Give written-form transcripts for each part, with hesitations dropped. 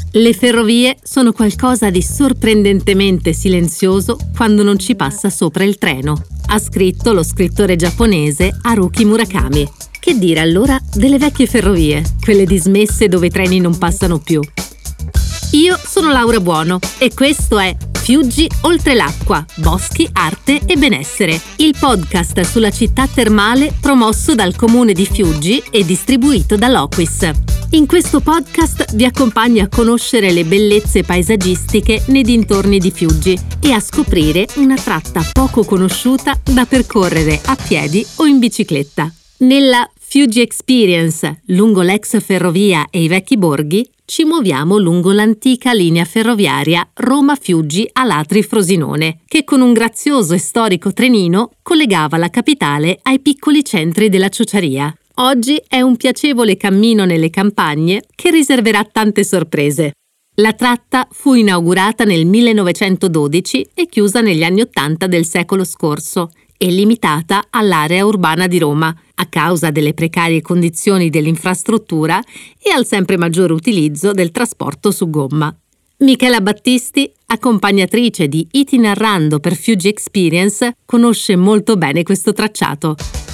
Le ferrovie sono qualcosa di sorprendentemente silenzioso quando non ci passa sopra il treno, ha scritto lo scrittore giapponese Haruki Murakami. Che dire allora delle vecchie ferrovie, quelle dismesse dove i treni non passano più? Io sono Laura Buono e questo è Fiuggi oltre l'acqua, boschi, arte e benessere, il podcast sulla città termale promosso dal comune di Fiuggi e distribuito da Loquis. In questo podcast vi accompagno a conoscere le bellezze paesaggistiche nei dintorni di Fiuggi e a scoprire una tratta poco conosciuta da percorrere a piedi o in bicicletta. Nella Fiuggi Experience, lungo l'ex ferrovia e i vecchi borghi, ci muoviamo lungo l'antica linea ferroviaria Roma-Fiuggi Alatri-Frosinone, che con un grazioso e storico trenino collegava la capitale ai piccoli centri della ciociaria. Oggi è un piacevole cammino nelle campagne che riserverà tante sorprese. La tratta fu inaugurata nel 1912 e chiusa negli anni '80 del secolo scorso e limitata all'area urbana di Roma, a causa delle precarie condizioni dell'infrastruttura e al sempre maggiore utilizzo del trasporto su gomma. Michela Battisti, accompagnatrice di Itinerando per Fiuggi Experience, conosce molto bene questo tracciato.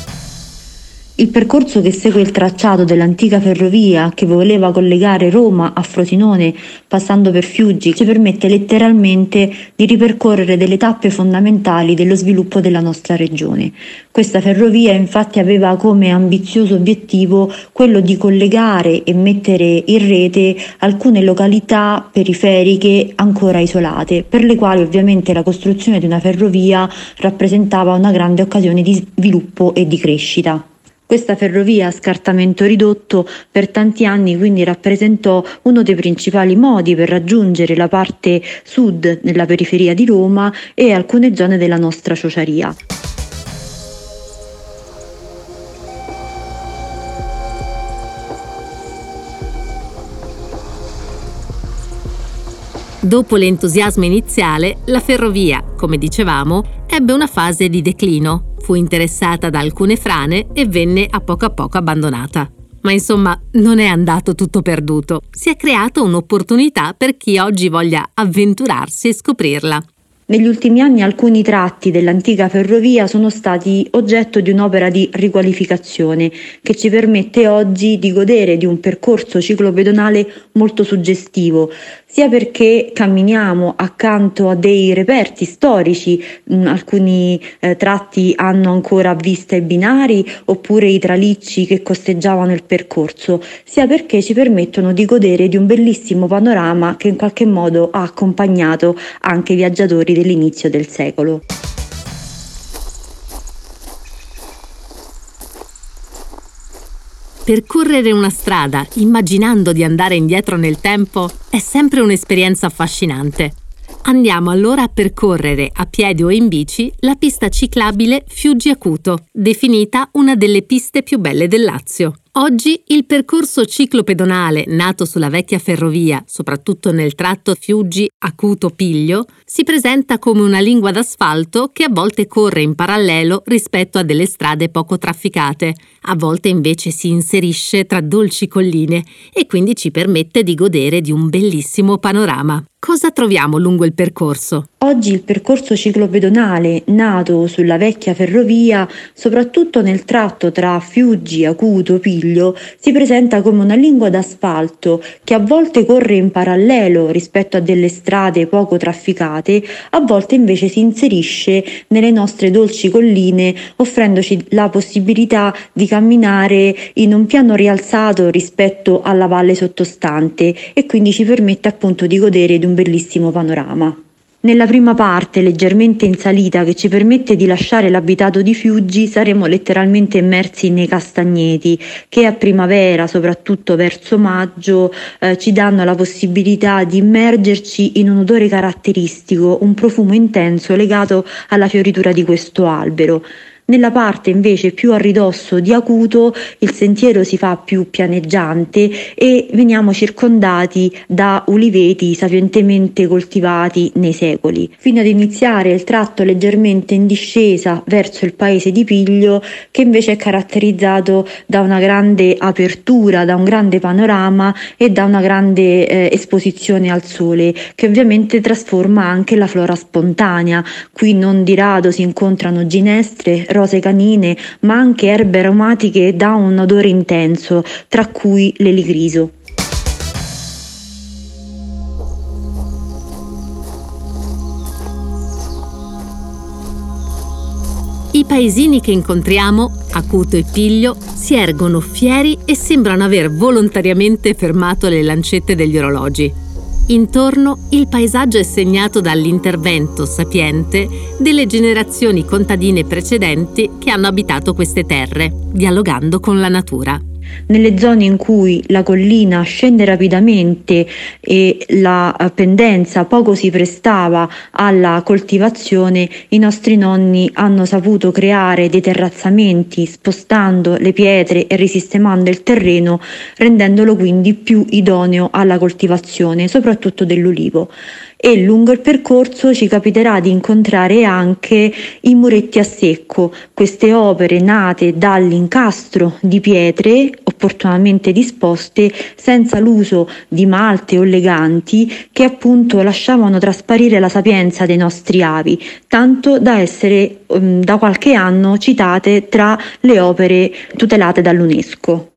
Il percorso che segue il tracciato dell'antica ferrovia che voleva collegare Roma a Frosinone passando per Fiuggi ci permette letteralmente di ripercorrere delle tappe fondamentali dello sviluppo della nostra regione. Questa ferrovia infatti aveva come ambizioso obiettivo quello di collegare e mettere in rete alcune località periferiche ancora isolate, per le quali ovviamente la costruzione di una ferrovia rappresentava una grande occasione di sviluppo e di crescita. Questa ferrovia a scartamento ridotto per tanti anni quindi rappresentò uno dei principali modi per raggiungere la parte sud nella periferia di Roma e alcune zone della nostra ciociaria. Dopo l'entusiasmo iniziale, la ferrovia, come dicevamo, ebbe una fase di declino. Fu interessata da alcune frane e venne a poco abbandonata. Ma insomma, non è andato tutto perduto. Si è creata un'opportunità per chi oggi voglia avventurarsi e scoprirla. Negli ultimi anni alcuni tratti dell'antica ferrovia sono stati oggetto di un'opera di riqualificazione che ci permette oggi di godere di un percorso ciclopedonale molto suggestivo, sia perché camminiamo accanto a dei reperti storici, alcuni tratti hanno ancora a vista i binari oppure i tralicci che costeggiavano il percorso, sia perché ci permettono di godere di un bellissimo panorama che in qualche modo ha accompagnato anche i viaggiatori dell'inizio del secolo. Percorrere una strada immaginando di andare indietro nel tempo è sempre un'esperienza affascinante. Andiamo allora a percorrere a piedi o in bici la pista ciclabile Fiuggi Acuto, definita una delle piste più belle del Lazio. Oggi il percorso ciclopedonale nato sulla vecchia ferrovia, soprattutto nel tratto Fiuggi Acuto Piglio, si presenta come una lingua d'asfalto che a volte corre in parallelo rispetto a delle strade poco trafficate, a volte invece si inserisce tra dolci colline e quindi ci permette di godere di un bellissimo panorama. Cosa troviamo lungo il percorso? Oggi il percorso ciclopedonale nato sulla vecchia ferrovia, soprattutto nel tratto tra Fiuggi Acuto Piglio, si presenta come una lingua d'asfalto che a volte corre in parallelo rispetto a delle strade poco trafficate, a volte invece si inserisce nelle nostre dolci colline, offrendoci la possibilità di camminare in un piano rialzato rispetto alla valle sottostante e quindi ci permette appunto di godere di un bellissimo panorama. Nella prima parte, leggermente in salita, che ci permette di lasciare l'abitato di Fiuggi, saremo letteralmente immersi nei castagneti che a primavera, soprattutto verso maggio, ci danno la possibilità di immergerci in un odore caratteristico, un profumo intenso legato alla fioritura di questo albero. Nella parte invece più a ridosso di Acuto il sentiero si fa più pianeggiante e veniamo circondati da uliveti sapientemente coltivati nei secoli, fino ad iniziare il tratto leggermente in discesa verso il paese di Piglio, che invece è caratterizzato da una grande apertura, da un grande panorama e da una grande esposizione al sole, che ovviamente trasforma anche la flora spontanea. Qui non di rado si incontrano ginestre, rose canine, ma anche erbe aromatiche da un odore intenso, tra cui l'eligriso. I paesini che incontriamo, Acuto e Piglio, si ergono fieri e sembrano aver volontariamente fermato le lancette degli orologi. Intorno il paesaggio è segnato dall'intervento sapiente delle generazioni contadine precedenti che hanno abitato queste terre, dialogando con la natura. Nelle zone in cui la collina scende rapidamente e la pendenza poco si prestava alla coltivazione, i nostri nonni hanno saputo creare dei terrazzamenti spostando le pietre e risistemando il terreno, rendendolo quindi più idoneo alla coltivazione, soprattutto dell'ulivo. E lungo il percorso ci capiterà di incontrare anche i muretti a secco, queste opere nate dall'incastro di pietre opportunamente disposte senza l'uso di malte o leganti, che appunto lasciavano trasparire la sapienza dei nostri avi, tanto da essere da qualche anno citate tra le opere tutelate dall'UNESCO.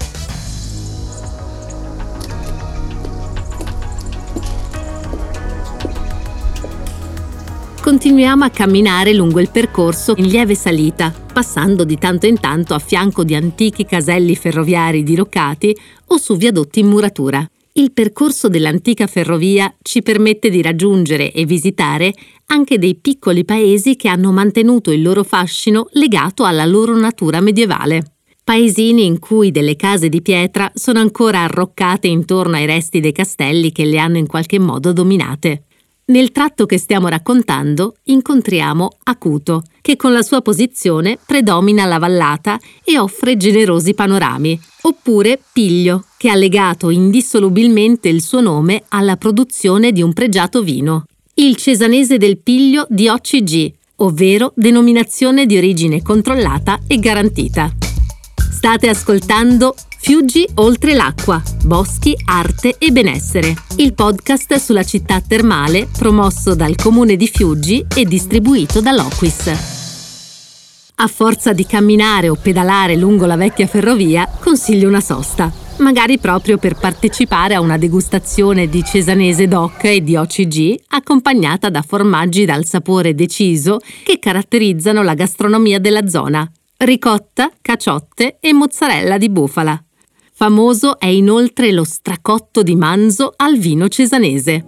Continuiamo a camminare lungo il percorso in lieve salita, passando di tanto in tanto a fianco di antichi caselli ferroviari diroccati o su viadotti in muratura. Il percorso dell'antica ferrovia ci permette di raggiungere e visitare anche dei piccoli paesi che hanno mantenuto il loro fascino legato alla loro natura medievale. Paesini in cui delle case di pietra sono ancora arroccate intorno ai resti dei castelli che le hanno in qualche modo dominate. Nel tratto che stiamo raccontando incontriamo Acuto, che con la sua posizione predomina la vallata e offre generosi panorami, oppure Piglio, che ha legato indissolubilmente il suo nome alla produzione di un pregiato vino, il cesanese del Piglio di OCG, ovvero denominazione di origine controllata e garantita. State ascoltando Fiuggi oltre l'acqua, boschi, arte e benessere, il podcast sulla città termale promosso dal comune di Fiuggi e distribuito dall'Oquis. A forza di camminare o pedalare lungo la vecchia ferrovia, consiglio una sosta, magari proprio per partecipare a una degustazione di cesanese DOC e di OCG, accompagnata da formaggi dal sapore deciso che caratterizzano la gastronomia della zona: ricotta, caciotte e mozzarella di bufala. Famoso è inoltre lo stracotto di manzo al vino cesanese.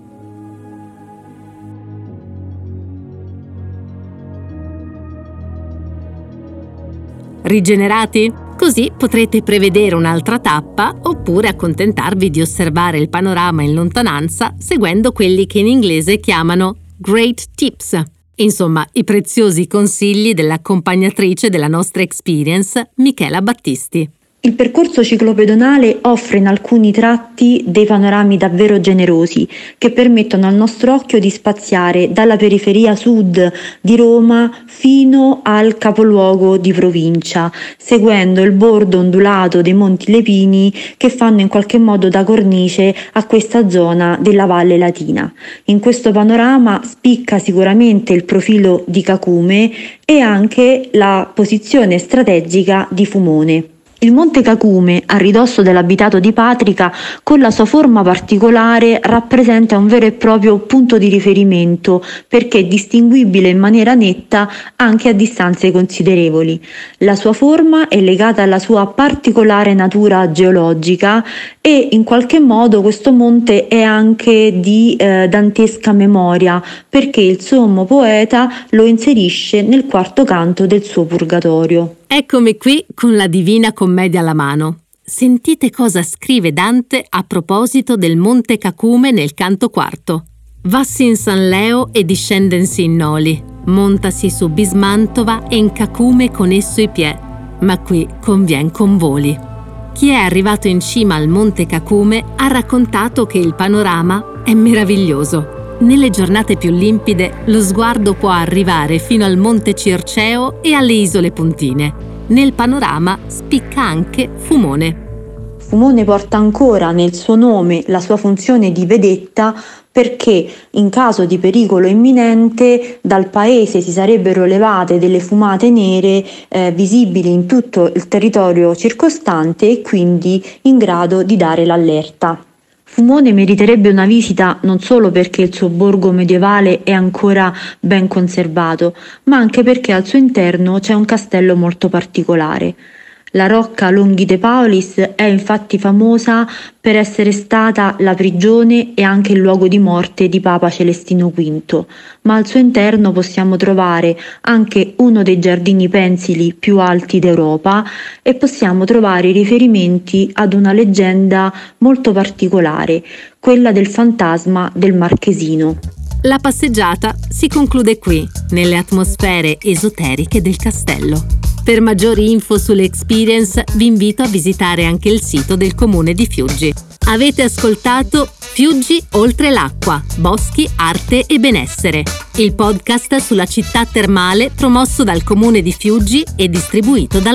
Rigenerati? Così potrete prevedere un'altra tappa oppure accontentarvi di osservare il panorama in lontananza seguendo quelli che in inglese chiamano Great Tips. Insomma, i preziosi consigli dell'accompagnatrice della nostra experience, Michela Battisti. Il percorso ciclopedonale offre in alcuni tratti dei panorami davvero generosi che permettono al nostro occhio di spaziare dalla periferia sud di Roma fino al capoluogo di provincia, seguendo il bordo ondulato dei Monti Lepini che fanno in qualche modo da cornice a questa zona della Valle Latina. In questo panorama spicca sicuramente il profilo di Cacume e anche la posizione strategica di Fumone. Il Monte Cacume, a ridosso dell'abitato di Patrica, con la sua forma particolare, rappresenta un vero e proprio punto di riferimento perché è distinguibile in maniera netta anche a distanze considerevoli. La sua forma è legata alla sua particolare natura geologica e in qualche modo questo monte è anche di dantesca memoria perché il sommo poeta lo inserisce nel quarto canto del suo Purgatorio. Eccomi qui con la Divina Commedia alla mano. Sentite cosa scrive Dante a proposito del Monte Cacume nel canto quarto. Vassi in San Leo e discendensi in Noli, Montasi su Bismantova e in cacume con esso i piè, ma qui convien con voli. Chi è arrivato in cima al Monte Cacume ha raccontato che il panorama è meraviglioso. Nelle giornate più limpide lo sguardo può arrivare fino al Monte Circeo e alle Isole Pontine. Nel panorama spicca anche Fumone. Fumone porta ancora nel suo nome la sua funzione di vedetta perché in caso di pericolo imminente dal paese si sarebbero levate delle fumate nere visibili in tutto il territorio circostante e quindi in grado di dare l'allerta. Fumone meriterebbe una visita non solo perché il suo borgo medievale è ancora ben conservato, ma anche perché al suo interno c'è un castello molto particolare. La Rocca Longhi de Paulis è infatti famosa per essere stata la prigione e anche il luogo di morte di Papa Celestino V, ma al suo interno possiamo trovare anche uno dei giardini pensili più alti d'Europa e possiamo trovare riferimenti ad una leggenda molto particolare, quella del fantasma del Marchesino. La passeggiata si conclude qui, nelle atmosfere esoteriche del castello. Per maggiori info sull'Experience vi invito a visitare anche il sito del Comune di Fiuggi. Avete ascoltato Fiuggi oltre l'acqua, boschi, arte e benessere, il podcast sulla città termale promosso dal Comune di Fiuggi e distribuito dalla